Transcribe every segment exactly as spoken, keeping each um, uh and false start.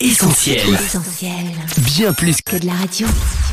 Essentiel. Essentiel. Bien plus que de la radio.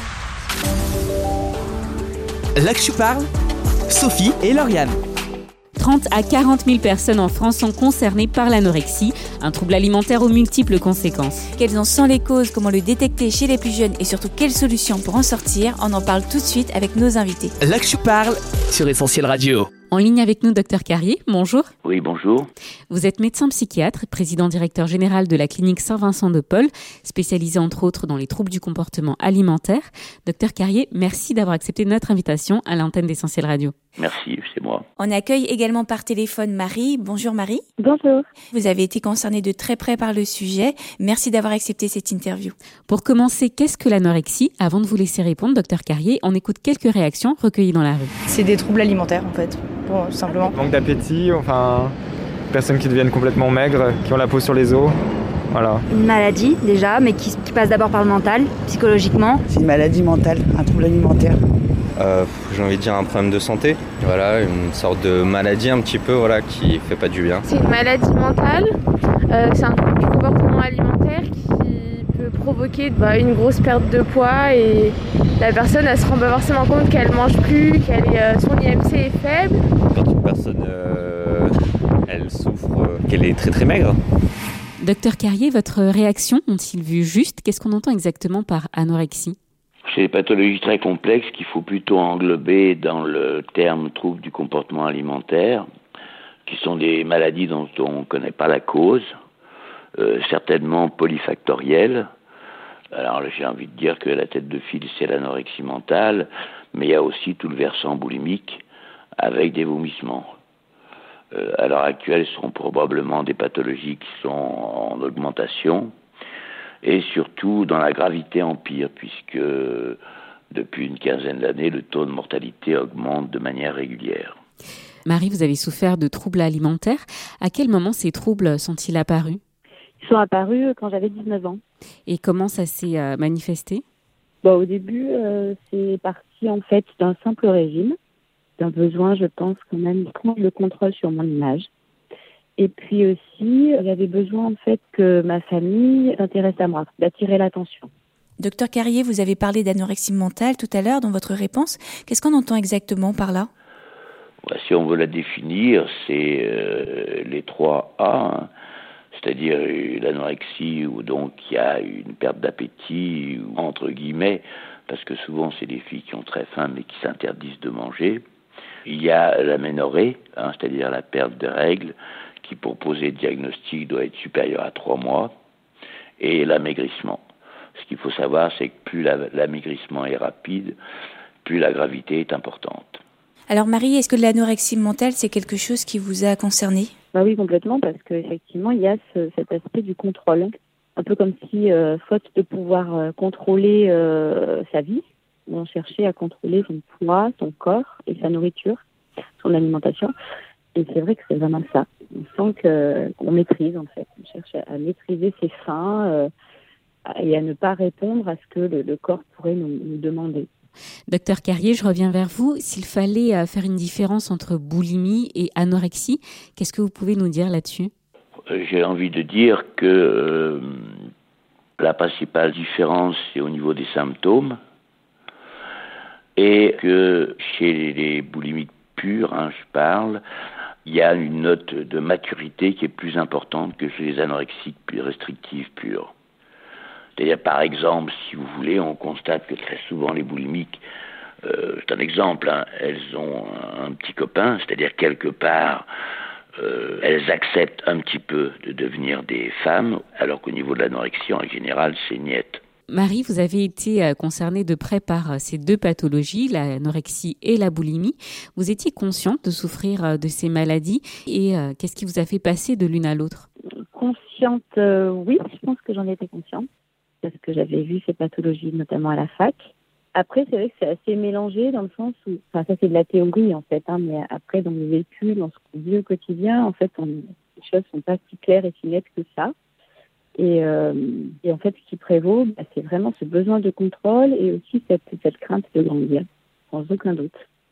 Là que je parle, Sophie et Lauriane. trente à quarante mille personnes en France sont concernées par l'anorexie, un trouble alimentaire aux multiples conséquences. Quelles en sont les causes, comment le détecter chez les plus jeunes et surtout quelles solutions pour en sortir? On en parle tout de suite avec nos invités. Là que je parle sur Essentiel Radio. En ligne avec nous, docteur Carrier, bonjour. Oui, bonjour. Vous êtes médecin psychiatre, président-directeur général de la clinique Saint-Vincent de Paul, spécialisé entre autres dans les troubles du comportement alimentaire. Docteur Carrier, merci d'avoir accepté notre invitation à l'antenne d'Essentiel Radio. Merci, c'est moi. On accueille également par téléphone Marie. Bonjour Marie. Bonjour. Vous avez été concernée de très près par le sujet. Merci d'avoir accepté cette interview. Pour commencer, qu'est-ce que l'anorexie? Avant de vous laisser répondre, docteur Carrier, on écoute quelques réactions recueillies dans la rue. C'est des troubles alimentaires en fait, bon, simplement. Manque d'appétit, enfin, personnes qui deviennent complètement maigres, qui ont la peau sur les os. Voilà. Une maladie déjà, mais qui, qui passe d'abord par le mental, psychologiquement. C'est une maladie mentale, un trouble alimentaire. Euh, j'ai envie de dire un problème de santé, voilà, une sorte de maladie un petit peu, voilà, qui fait pas du bien. C'est une maladie mentale, euh, c'est un trouble du comportement alimentaire qui peut provoquer bah, une grosse perte de poids et la personne elle se rend pas forcément compte qu'elle mange plus, qu'elle est, euh, son I M C est faible. Quand une personne euh, elle souffre, euh, qu'elle est très très maigre. Docteur Carrier, votre réaction ont-ils vu juste? Qu'est-ce qu'on entend exactement par anorexie? C'est des pathologies très complexes qu'il faut plutôt englober dans le terme trouble du comportement alimentaire, qui sont des maladies dont on ne connaît pas la cause, euh, certainement polyfactorielles. Alors j'ai envie de dire que la tête de file, c'est l'anorexie mentale, mais il y a aussi tout le versant boulimique avec des vomissements. Euh, à l'heure actuelle, ce sont probablement des pathologies qui sont en augmentation. Et surtout dans la gravité empire, puisque depuis une quinzaine d'années, le taux de mortalité augmente de manière régulière. Marie, vous avez souffert de troubles alimentaires. À quel moment ces troubles sont-ils apparus? Ils sont apparus quand j'avais dix-neuf ans. Et comment ça s'est euh, manifesté? Bon, au début, euh, c'est parti en fait d'un simple régime, d'un besoin, je pense, quand même, de prendre le contrôle sur mon image. Et puis aussi, j'avais besoin en fait que ma famille s'intéresse à moi, d'attirer l'attention. Docteur Carrier, vous avez parlé d'anorexie mentale tout à l'heure dans votre réponse. Qu'est-ce qu'on entend exactement par là? Si on veut la définir, c'est euh, les trois A, hein, c'est-à-dire l'anorexie où donc il y a une perte d'appétit, entre guillemets, parce que souvent c'est des filles qui ont très faim mais qui s'interdisent de manger. Il y a l'aménorrhée, hein, c'est-à-dire la perte de règles, qui pour poser le diagnostic doit être supérieur à trois mois, et l'amaigrissement. Ce qu'il faut savoir, c'est que plus la, l'amaigrissement est rapide, plus la gravité est importante. Alors Marie, est-ce que l'anorexie mentale, c'est quelque chose qui vous a concerné? Bah oui, complètement, parce qu'effectivement, il y a ce, cet aspect du contrôle. Un peu comme si, euh, faute de pouvoir euh, contrôler euh, sa vie, on cherchait à contrôler son poids, son corps et sa nourriture, son alimentation. Et c'est vrai que c'est vraiment ça. On sent que, qu'on maîtrise, en fait. On cherche à, à maîtriser ses faims euh, et à ne pas répondre à ce que le, le corps pourrait nous, nous demander. Docteur Carrier, je reviens vers vous. S'il fallait euh, faire une différence entre boulimie et anorexie, qu'est-ce que vous pouvez nous dire là-dessus? J'ai envie de dire que euh, la principale différence, c'est au niveau des symptômes, et que chez les boulimiques pures, hein, je parle, il y a une note de maturité qui est plus importante que chez les anorexiques restrictives pures. C'est-à-dire, par exemple, si vous voulez, on constate que très souvent les boulimiques, euh, c'est un exemple, hein, elles ont un, un petit copain, c'est-à-dire quelque part, euh, elles acceptent un petit peu de devenir des femmes, alors qu'au niveau de l'anorexie, en général, c'est niette. Marie, vous avez été concernée de près par ces deux pathologies, l'anorexie et la boulimie. Vous étiez consciente de souffrir de ces maladies et euh, qu'est-ce qui vous a fait passer de l'une à l'autre? Consciente, euh, oui, je pense que j'en étais consciente parce que j'avais vu ces pathologies notamment à la fac. Après, c'est vrai que c'est assez mélangé dans le sens où, enfin ça c'est de la théorie en fait, hein, mais après dans le vécu, dans ce qu'on vit au quotidien, en fait, on, les choses sont pas si claires et si nettes que ça. Et, euh, et en fait, ce qui prévaut, bah, c'est vraiment ce besoin de contrôle et aussi cette, cette crainte de grandir, sans aucun doute.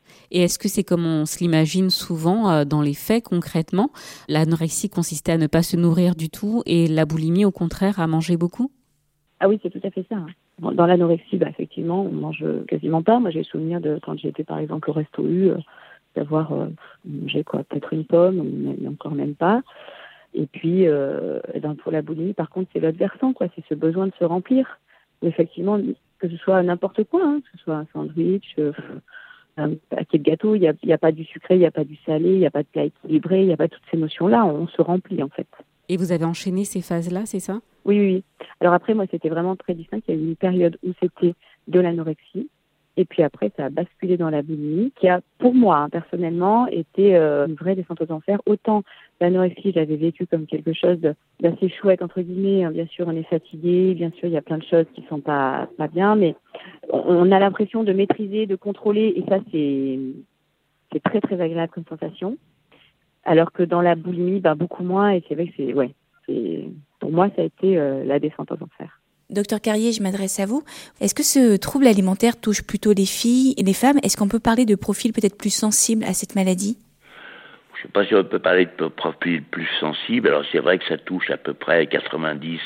Et est-ce que c'est comme on se l'imagine souvent euh, dans les faits concrètement? L'anorexie consistait à ne pas se nourrir du tout et la boulimie au contraire à manger beaucoup? Ah oui, c'est tout à fait ça. Dans, dans l'anorexie, bah, effectivement, on mange quasiment pas. Moi, j'ai le souvenir de quand j'étais par exemple au Resto U, euh, d'avoir euh, mangé quoi, peut-être une pomme, mais encore même pas. Et puis, euh, et ben pour la boulimie, par contre, c'est l'autre versant, quoi. C'est ce besoin de se remplir. Effectivement, que ce soit n'importe quoi, hein, que ce soit un sandwich, euh, un paquet de gâteaux, il n'y a, y a pas du sucré, il n'y a pas du salé, il n'y a pas de plat équilibré, il n'y a pas toutes ces notions-là. On se remplit, en fait. Et vous avez enchaîné ces phases-là, c'est ça? Oui, oui, oui. Alors après, moi, c'était vraiment très distinct. Il y a eu une période où c'était de l'anorexie. Et puis après, ça a basculé dans la boulimie, qui a, pour moi, hein, personnellement, été euh, une vraie descente aux enfers. Autant l'anorexie, j'avais vécu comme quelque chose de, d'assez chouette, entre guillemets. Bien sûr, on est fatigué. Bien sûr, il y a plein de choses qui sont pas, pas bien. Mais on, on a l'impression de maîtriser, de contrôler. Et ça, c'est, c'est très, très agréable comme sensation. Alors que dans la boulimie, bah, beaucoup moins. Et c'est vrai que c'est, ouais, c'est, pour moi, ça a été euh, la descente aux enfers. Docteur Carrier, je m'adresse à vous. Est-ce que ce trouble alimentaire touche plutôt les filles et les femmes? Est-ce qu'on peut parler de profils peut-être plus sensibles à cette maladie? Je ne sais pas si on peut parler de profils plus sensibles. Alors c'est vrai que ça touche à peu près quatre-vingt-dix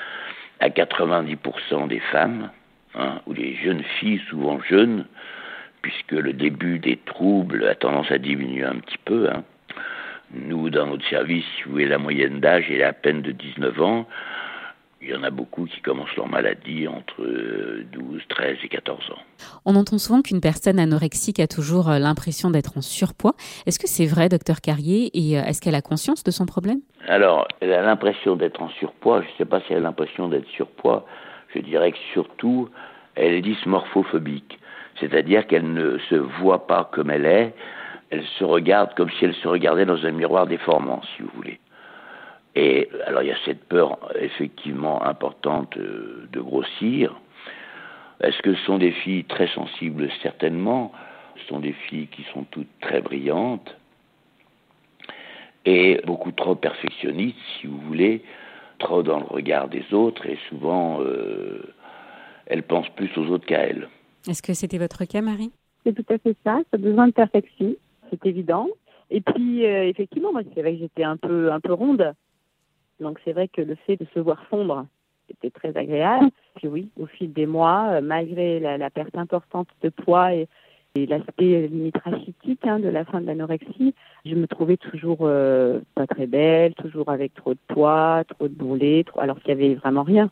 à quatre-vingt-dix pour cent des femmes, hein, ou des jeunes filles, souvent jeunes, puisque le début des troubles a tendance à diminuer un petit peu. Hein. Nous, dans notre service, si vous voulez, la moyenne d'âge est à peine de dix-neuf ans. Il y en a beaucoup qui commencent leur maladie entre douze, treize et quatorze ans. On entend souvent qu'une personne anorexique a toujours l'impression d'être en surpoids. Est-ce que c'est vrai, docteur Carrier, et est-ce qu'elle a conscience de son problème? Alors, elle a l'impression d'être en surpoids. Je ne sais pas si elle a l'impression d'être surpoids. Je dirais que surtout, elle est dysmorphophobique. C'est-à-dire qu'elle ne se voit pas comme elle est. Elle se regarde comme si elle se regardait dans un miroir déformant, si vous voulez. Et alors il y a cette peur effectivement importante euh, de grossir. Est-ce que ce sont des filles très sensibles? Certainement. Ce sont des filles qui sont toutes très brillantes et beaucoup trop perfectionnistes, si vous voulez, trop dans le regard des autres et souvent euh, elles pensent plus aux autres qu'à elles. Est-ce que c'était votre cas, Marie? C'est tout à fait ça. Ça a besoin de perfection, c'est évident. Et puis euh, effectivement, moi c'est vrai que j'étais un peu un peu ronde. Donc c'est vrai que le fait de se voir fondre, c'était très agréable. Puis oui, au fil des mois, euh, malgré la, la perte importante de poids et, et l'aspect limite rachitique hein, de la fin de l'anorexie, je me trouvais toujours euh, pas très belle, toujours avec trop de poids, trop de bourrelets, trop... alors qu'il n'y avait vraiment rien.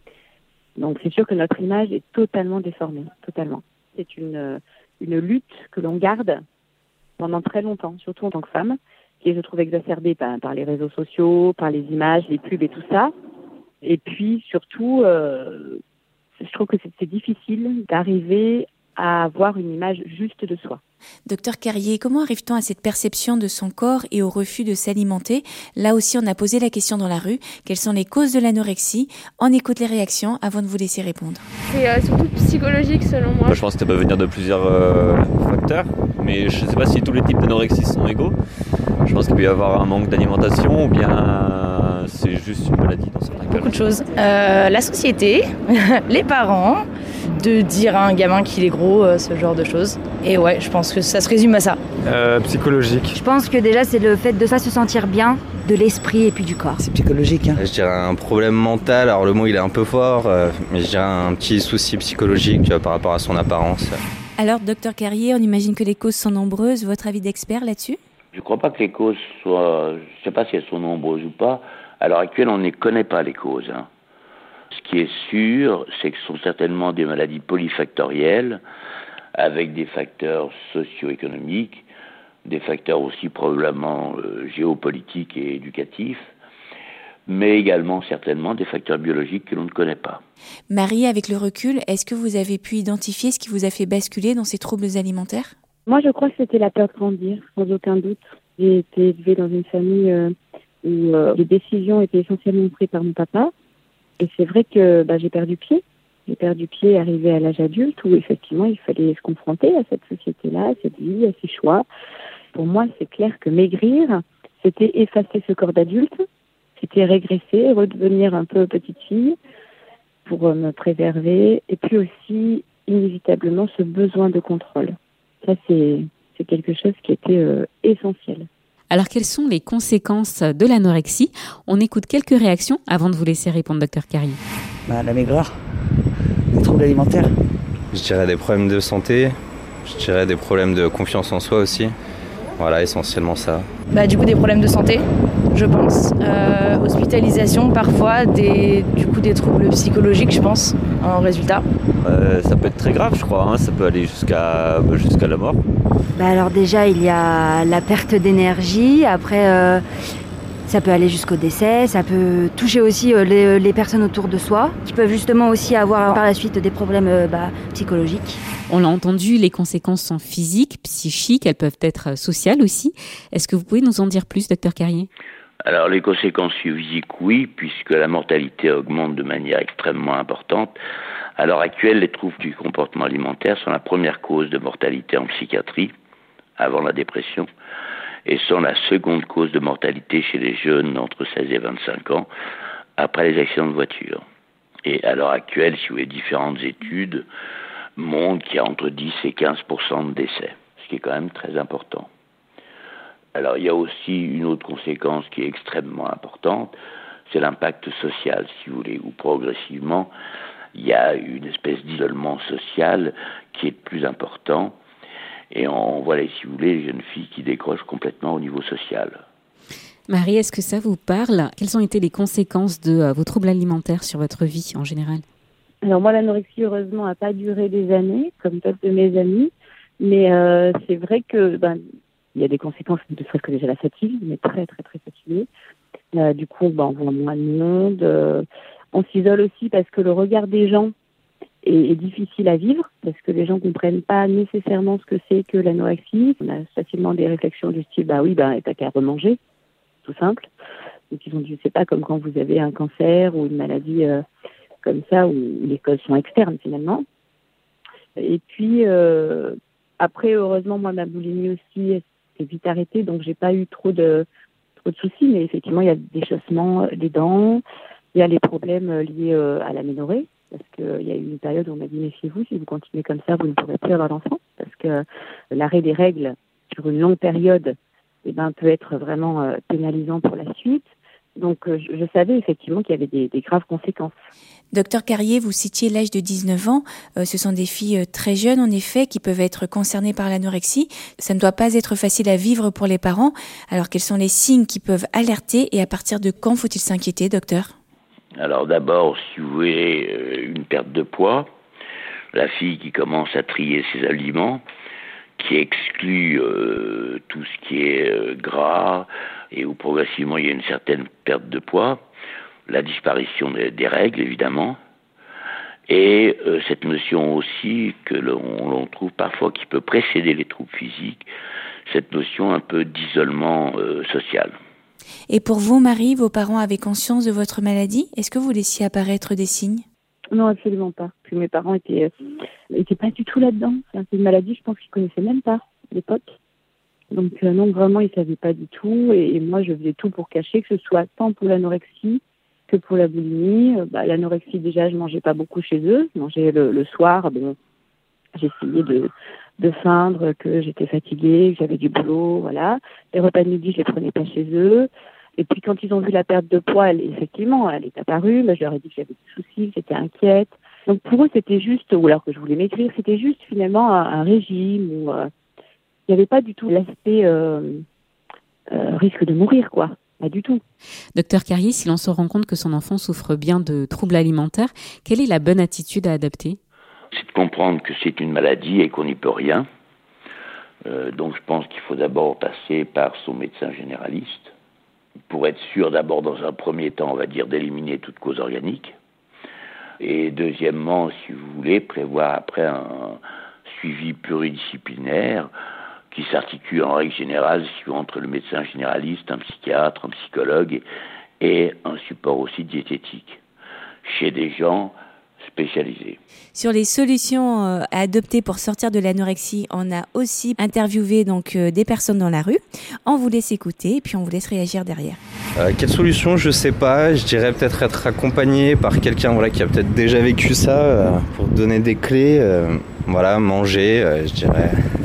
Donc c'est sûr que notre image est totalement déformée, totalement. C'est une, une lutte que l'on garde pendant très longtemps, surtout en tant que femme, qui est, je trouve, exacerbée par, par les réseaux sociaux, par les images, les pubs et tout ça. Et puis, surtout, euh, je trouve que c'est, c'est difficile d'arriver à avoir une image juste de soi. Docteur Carrier, comment arrive-t-on à cette perception de son corps et au refus de s'alimenter? Là aussi, on a posé la question dans la rue. Quelles sont les causes de l'anorexie? On écoute les réactions avant de vous laisser répondre. C'est euh, surtout psychologique, selon moi. Moi, je pense que ça peut venir de plusieurs euh, facteurs, mais je ne sais pas si tous les types d'anorexie sont égaux. Je pense qu'il peut y avoir un manque d'alimentation ou bien c'est juste une maladie dans certains cas. Beaucoup de choses. Euh, la société, les parents, de dire à un gamin qu'il est gros, euh, ce genre de choses. Et ouais, je pense que ça se résume à ça. Euh, psychologique. Je pense que déjà c'est le fait de ça se sentir bien, de l'esprit et puis du corps. C'est psychologique. Hein. Je dirais un problème mental, alors le mot il est un peu fort, euh, mais je dirais un petit souci psychologique euh, par rapport à son apparence. Alors, docteur Carrier, on imagine que les causes sont nombreuses. Votre avis d'expert là-dessus? Je ne crois pas que les causes soient... Je ne sais pas si elles sont nombreuses ou pas. À l'heure actuelle, on ne connaît pas les causes. Hein. Ce qui est sûr, c'est que ce sont certainement des maladies polyfactorielles, avec des facteurs socio-économiques, des facteurs aussi probablement euh, géopolitiques et éducatifs, mais également certainement des facteurs biologiques que l'on ne connaît pas. Marie, avec le recul, est-ce que vous avez pu identifier ce qui vous a fait basculer dans ces troubles alimentaires? Moi, je crois que c'était la peur de grandir, sans aucun doute. J'ai été élevée dans une famille euh, où euh, les décisions étaient essentiellement prises par mon papa. Et c'est vrai que bah, j'ai perdu pied. J'ai perdu pied arrivé à l'âge adulte où effectivement il fallait se confronter à cette société-là, à cette vie, à ces choix. Pour moi, c'est clair que maigrir, c'était effacer ce corps d'adulte, c'était régresser, redevenir un peu petite fille pour euh, me préserver. Et puis aussi, inévitablement, ce besoin de contrôle. Ça, c'est, c'est quelque chose qui était euh, essentiel. Alors, quelles sont les conséquences de l'anorexie ? On écoute quelques réactions avant de vous laisser répondre, docteur Carrier. Bah, la maigreur, les troubles alimentaires. Je dirais des problèmes de santé, je dirais des problèmes de confiance en soi aussi. Voilà, essentiellement ça. Bah, du coup, des problèmes de santé, je pense. Euh, hospitalisation, parfois, des, du coup, des troubles psychologiques, je pense, en résultat. Euh, ça peut être très grave, je crois. Hein. Ça peut aller jusqu'à, jusqu'à la mort. Bah alors déjà, il y a la perte d'énergie. Après, euh, ça peut aller jusqu'au décès. Ça peut toucher aussi euh, les, les personnes autour de soi, qui peuvent justement aussi avoir par la suite des problèmes euh, bah, psychologiques. On l'a entendu, les conséquences sont physiques, psychiques, elles peuvent être sociales aussi. Est-ce que vous pouvez nous en dire plus, docteur Carrier ? Alors les conséquences physiques, oui, puisque la mortalité augmente de manière extrêmement importante. À l'heure actuelle, les troubles du comportement alimentaire sont la première cause de mortalité en psychiatrie, avant la dépression, et sont la seconde cause de mortalité chez les jeunes entre seize et vingt-cinq ans, après les accidents de voiture. Et à l'heure actuelle, si vous voulez, différentes études montrent qu'il y a entre dix et quinze pour cent de décès, ce qui est quand même très important. Alors il y a aussi une autre conséquence qui est extrêmement importante, c'est l'impact social, si vous voulez, où progressivement il y a une espèce d'isolement social qui est de plus important, et on voit, si vous voulez, les jeunes filles qui décrochent complètement au niveau social. Marie, est-ce que ça vous parle ? Quelles ont été les conséquences de euh, vos troubles alimentaires sur votre vie en général ? Alors moi, l'anorexie, heureusement, n'a pas duré des années, comme d'autres de mes amis. Mais euh, c'est vrai que ben, il y a des conséquences, ne serait-ce que déjà la fatigue, on est très, très, très fatigué. Euh, du coup, ben, on voit moins de monde. Euh, on s'isole aussi parce que le regard des gens est, est difficile à vivre, parce que les gens ne comprennent pas nécessairement ce que c'est que l'anorexie. On a facilement des réflexions du style, bah oui, bah, t'as qu'à remanger, tout simple. Donc ils ont dit, c'est pas comme quand vous avez un cancer ou une maladie... Euh, comme ça, où les causes sont externes finalement. Et puis, euh, après, heureusement, moi, ma boulimie aussi s'est vite arrêtée, donc j'ai pas eu trop de, trop de soucis, mais effectivement, il y a des déchaussements des dents, il y a les problèmes liés euh, à l'aménorrhée, parce qu'il y a eu une période où on m'a dit, méfiez-vous, si vous continuez comme ça, vous ne pourrez plus avoir d'enfant, parce que l'arrêt des règles sur une longue période eh ben, peut être vraiment euh, pénalisant pour la suite. Donc, euh, je, je savais effectivement qu'il y avait des, des graves conséquences. Docteur Carrier, vous citiez l'âge de dix-neuf ans. Euh, ce sont des filles très jeunes, en effet, qui peuvent être concernées par l'anorexie. Ça ne doit pas être facile à vivre pour les parents. Alors, quels sont les signes qui peuvent alerter et à partir de quand faut-il s'inquiéter, docteur ? Alors d'abord, si vous voulez, euh, une perte de poids, la fille qui commence à trier ses aliments, qui exclut euh, tout ce qui est euh, gras, et où progressivement il y a une certaine perte de poids, la disparition des, des règles évidemment, et euh, cette notion aussi que l'on, l'on trouve parfois qui peut précéder les troubles physiques, cette notion un peu d'isolement euh, social. Et pour vous, Marie, vos parents avaient conscience de votre maladie ? Est-ce que vous laissiez apparaître des signes ? Non, absolument pas. Puis mes parents étaient, euh, étaient pas du tout là-dedans. C'est une maladie, je pense qu'ils connaissaient même pas à l'époque. Donc euh, non, vraiment, ils savaient pas du tout. Et, et moi, je faisais tout pour cacher, que ce soit tant pour l'anorexie que pour la boulimie. Euh, bah, l'anorexie, déjà, je mangeais pas beaucoup chez eux. Je mangeais le, le soir. Bon, j'essayais de, de feindre que j'étais fatiguée, que j'avais du boulot, voilà. Les repas de midi, je les prenais pas chez eux. Et puis quand ils ont vu la perte de poids, elle, effectivement, elle est apparue. Mais je leur ai dit que j'avais des soucis, que j'étais inquiète. Donc pour eux, c'était juste, ou alors que je voulais maigrir, c'était juste finalement un, un régime où euh, il n'y avait pas du tout l'aspect euh, euh, risque de mourir, quoi. Pas du tout. Docteur Carrier, si l'on se rend compte que son enfant souffre bien de troubles alimentaires, quelle est la bonne attitude à adopter ? C'est de comprendre que c'est une maladie et qu'on n'y peut rien. Euh, donc je pense qu'il faut d'abord passer par son médecin généraliste, pour être sûr d'abord dans un premier temps, on va dire, d'éliminer toute cause organique. Et deuxièmement, si vous voulez, prévoir après un suivi pluridisciplinaire qui s'articule en règle générale entre le médecin généraliste, un psychiatre, un psychologue et un support aussi diététique chez des gens spécialisés. Sur les solutions à adopter pour sortir de l'anorexie, on a aussi interviewé donc des personnes dans la rue. On vous laisse écouter et puis on vous laisse réagir derrière. Euh, quelle solution ? Je sais pas. Je dirais peut-être être accompagné par quelqu'un voilà, qui a peut-être déjà vécu ça euh, pour donner des clés. Euh, voilà, manger, euh, je dirais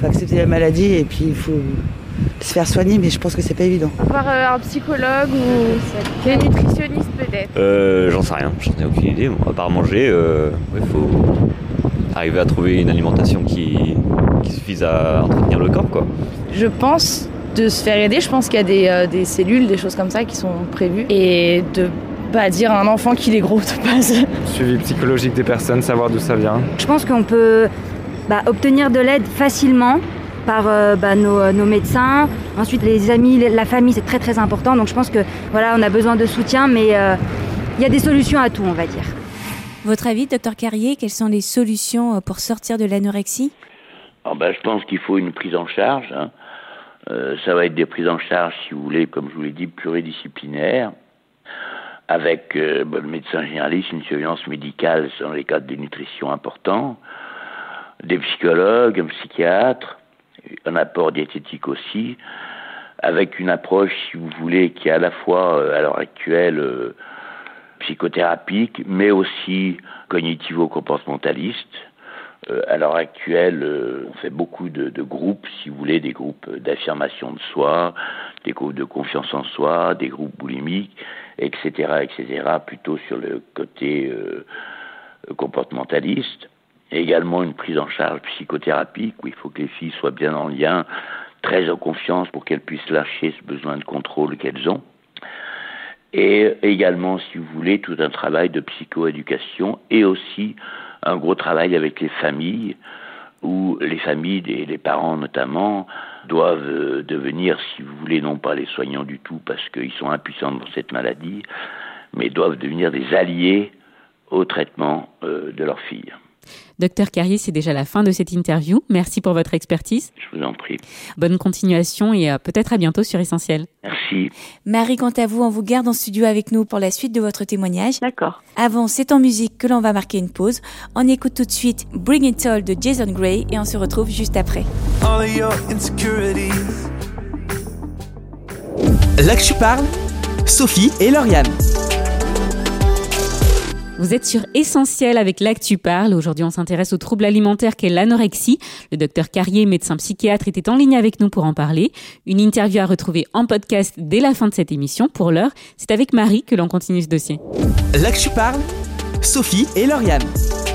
faut accepter la maladie et puis il faut se faire soigner, mais je pense que c'est pas évident. Voir euh, un psychologue ou des nutritionnistes peut-être. Euh, j'en sais rien, j'en ai aucune idée. Bon, à part manger, il euh, ouais, faut arriver à trouver une alimentation qui, qui suffise à entretenir le corps, quoi. Je pense de se faire aider, je pense qu'il y a des, euh, des cellules, des choses comme ça qui sont prévues. Et de pas dire à un enfant qu'il est gros de base. Suivi psychologique des personnes, savoir d'où ça vient. Je pense qu'on peut bah, obtenir de l'aide facilement par euh, bah, nos, nos médecins. Ensuite, les amis, la famille, c'est très très important. Donc je pense que voilà, on a besoin de soutien, mais il euh, y a des solutions à tout, on va dire. Votre avis, docteur Carrier, quelles sont les solutions pour sortir de l'anorexie ? Alors ben, je pense qu'il faut une prise en charge. Hein. Euh, ça va être des prises en charge, si vous voulez, comme je vous l'ai dit, pluridisciplinaires, avec euh, ben, le médecin généraliste, une surveillance médicale dans les cas de dénutrition importants, des psychologues, un psychiatre, un apport diététique aussi, avec une approche, si vous voulez, qui est à la fois, euh, à l'heure actuelle, euh, psychothérapique, mais aussi cognitivo-comportementaliste. Euh, à l'heure actuelle, euh, on fait beaucoup de, de groupes, si vous voulez, des groupes d'affirmation de soi, des groupes de confiance en soi, des groupes boulimiques, et cetera, et cetera, plutôt sur le côté euh, comportementaliste. Et également une prise en charge psychothérapique, où il faut que les filles soient bien en lien, très en confiance pour qu'elles puissent lâcher ce besoin de contrôle qu'elles ont. Et également, si vous voulez, tout un travail de psychoéducation et aussi un gros travail avec les familles, où les familles et les parents notamment doivent devenir, si vous voulez, non pas les soignants du tout parce qu'ils sont impuissants dans cette maladie, mais doivent devenir des alliés au traitement euh, de leurs filles. Docteur Carrier, c'est déjà la fin de cette interview. Merci pour votre expertise. Je vous en prie. Bonne continuation et euh, peut-être à bientôt sur Essentiel. Merci. Marie, quant à vous, on vous garde en studio avec nous pour la suite de votre témoignage. D'accord. Avant, c'est en musique que l'on va marquer une pause. On écoute tout de suite Bring It All de Jason Gray et on se retrouve juste après. Là que tu parles, Sophie et Lauriane. Vous êtes sur Essentiel avec L'Actu Parle. Aujourd'hui, on s'intéresse au trouble alimentaire qu'est l'anorexie. Le docteur Carrier, médecin psychiatre, était en ligne avec nous pour en parler. Une interview à retrouver en podcast dès la fin de cette émission. Pour l'heure, c'est avec Marie que l'on continue ce dossier. L'Actu Parle, Sophie et Lauriane.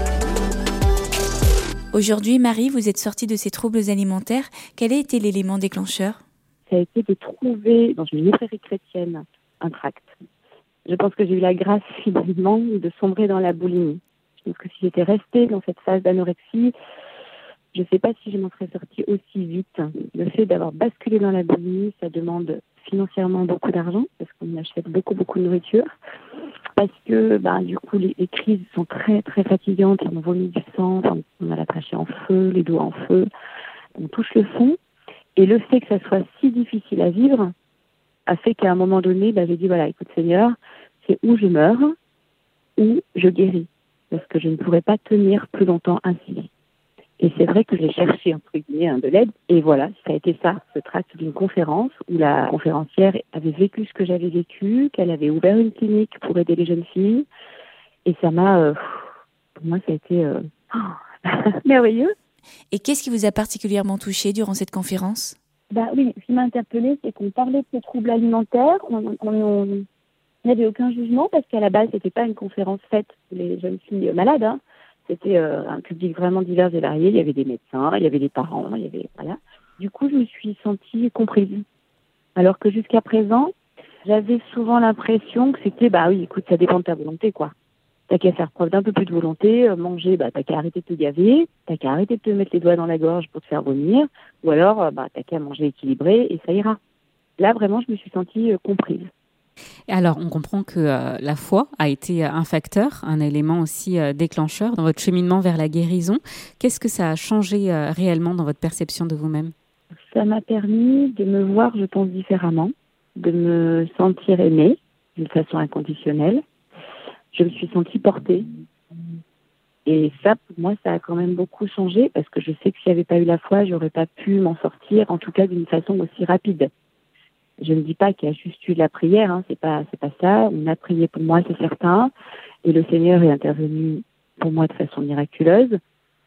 Aujourd'hui, Marie, vous êtes sortie de ces troubles alimentaires. Quel a été l'élément déclencheur ? Ça a été de trouver dans une librairie chrétienne un tract. Je pense que j'ai eu la grâce finalement de sombrer dans la boulimie. Je pense que si j'étais restée dans cette phase d'anorexie, je ne sais pas si je m'en serais sortie aussi vite. Le fait d'avoir basculé dans la boulimie, ça demande financièrement beaucoup d'argent parce qu'on achète beaucoup, beaucoup de nourriture. Parce que bah, du coup, les, les crises sont très, très fatigantes. On vomit du sang, on a la trachée en feu, les doigts en feu. On touche le fond. Et le fait que ça soit si difficile à vivre a fait qu'à un moment donné, bah, j'ai dit, voilà, écoute Seigneur, c'est où je meurs, ou je guéris. Parce que je ne pourrais pas tenir plus longtemps ainsi. Et c'est vrai que j'ai cherché, entre guillemets, hein, de l'aide. Et voilà, ça a été ça, ce tract d'une conférence où la conférencière avait vécu ce que j'avais vécu, qu'elle avait ouvert une clinique pour aider les jeunes filles. Et ça m'a, euh, pour moi, ça a été euh, oh, merveilleux. Et qu'est-ce qui vous a particulièrement touché durant cette conférence ? Bah oui, ce qui m'a interpellée, c'est qu'on parlait de ces troubles alimentaires. On, on, on, il n'y avait aucun jugement parce qu'à la base, c'était pas une conférence faite pour les jeunes filles malades. Hein. C'était euh, un public vraiment divers et varié. Il y avait des médecins, il y avait des parents, il y avait voilà. Du coup, je me suis sentie comprise. Alors que jusqu'à présent, j'avais souvent l'impression que c'était bah oui, écoute, ça dépend de ta volonté, quoi. T'as qu'à faire preuve d'un peu plus de volonté, euh, manger, bah t'as qu'à arrêter de te gaver, t'as qu'à arrêter de te mettre les doigts dans la gorge pour te faire vomir, ou alors euh, bah t'as qu'à manger équilibré et ça ira. Là vraiment, je me suis sentie euh, comprise. Et alors, on comprend que euh, la foi a été un facteur, un élément aussi euh, déclencheur dans votre cheminement vers la guérison. Qu'est-ce que ça a changé euh, réellement dans votre perception de vous-même ? Ça m'a permis de me voir, je pense, différemment, de me sentir aimée d'une façon inconditionnelle. Je me suis sentie portée. Et ça, pour moi, ça a quand même beaucoup changé parce que je sais que s'il n'y avait pas eu la foi, j'aurais pas pu m'en sortir, en tout cas d'une façon aussi rapide. Je ne dis pas qu'il y a juste eu de la prière, hein, c'est pas, c'est pas ça. On a prié pour moi, c'est certain. Et le Seigneur est intervenu pour moi de façon miraculeuse.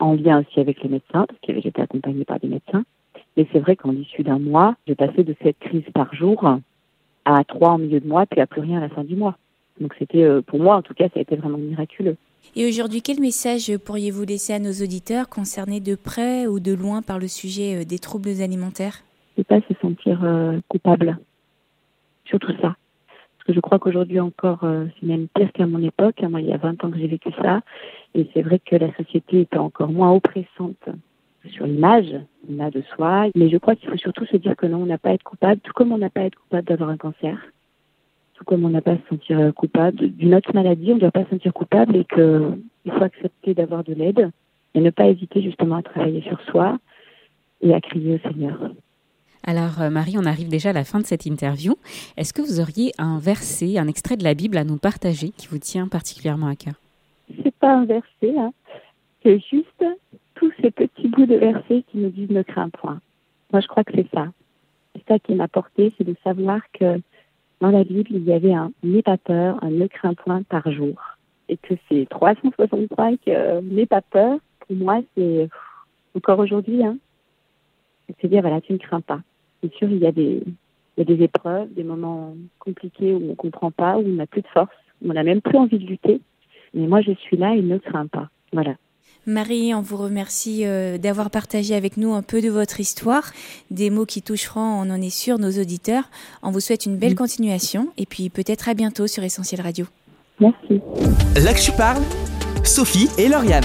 en lien aussi avec les médecins, parce que j'étais accompagnée par des médecins. Et c'est vrai qu'en l'issue d'un mois, j'ai passé de sept crises par jour à trois en milieu de mois, puis à plus rien à la fin du mois. Donc c'était, euh, pour moi en tout cas, ça a été vraiment miraculeux. Et aujourd'hui, quel message pourriez-vous laisser à nos auditeurs concernés de près ou de loin par le sujet des troubles alimentaires ? C'est pas se sentir euh, coupable, surtout ça. Parce que je crois qu'aujourd'hui encore, euh, c'est même pire qu'à mon époque. Moi, il y a vingt ans que j'ai vécu ça. Et c'est vrai que la société est encore moins oppressante sur l'image qu'on a de soi. Mais je crois qu'il faut surtout se dire que non, on n'a pas à être coupable, tout comme on n'a pas à être coupable d'avoir un cancer. Tout comme on n'a pas à se sentir coupable d'une autre maladie, on ne doit pas se sentir coupable et qu'il faut accepter d'avoir de l'aide et ne pas hésiter justement à travailler sur soi et à crier au Seigneur. Alors Marie, on arrive déjà à la fin de cette interview. Est-ce que vous auriez un verset, un extrait de la Bible à nous partager qui vous tient particulièrement à cœur ? C'est pas un verset, hein. C'est juste tous ces petits bouts de versets qui nous disent ne crains point. Moi, je crois que c'est ça. C'est ça qui m'a porté, c'est de savoir que dans la Bible, il y avait un « n'aie pas peur », un « ne crains point » par jour. Et que ces trois cent soixante-cinq euh, « n'aie pas peur », pour moi, c'est encore aujourd'hui, hein. C'est dire, voilà, tu ne crains pas. C'est sûr, il y a des, il y a des épreuves, des moments compliqués où on ne comprend pas, où on n'a plus de force, où on n'a même plus envie de lutter. Mais moi, je suis là et ne crains pas. Voilà. Marie, on vous remercie euh, d'avoir partagé avec nous un peu de votre histoire, des mots qui toucheront, on en est sûr, nos auditeurs. On vous souhaite une belle mmh. continuation et puis peut-être à bientôt sur Essentiel Radio. Merci. L'Actu parle, Sophie et Lauriane.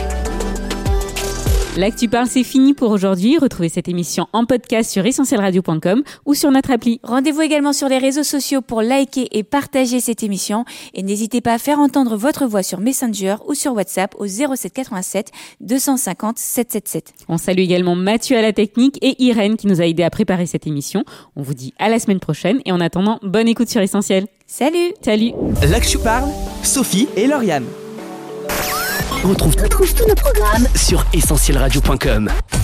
L'Actu parle, c'est fini pour aujourd'hui. Retrouvez cette émission en podcast sur essentiel radio point com ou sur notre appli. Rendez-vous également sur les réseaux sociaux pour liker et partager cette émission. Et n'hésitez pas à faire entendre votre voix sur Messenger ou sur WhatsApp au zéro sept quatre-vingt-sept deux cent cinquante sept cent soixante-dix-sept. On salue également Mathieu à la technique et Irène qui nous a aidé à préparer cette émission. On vous dit à la semaine prochaine et en attendant, bonne écoute sur Essentiel. Salut. Salut. L'Actu parle, Sophie et Lauriane. On retrouve tous nos programmes sur essentiel radio point com.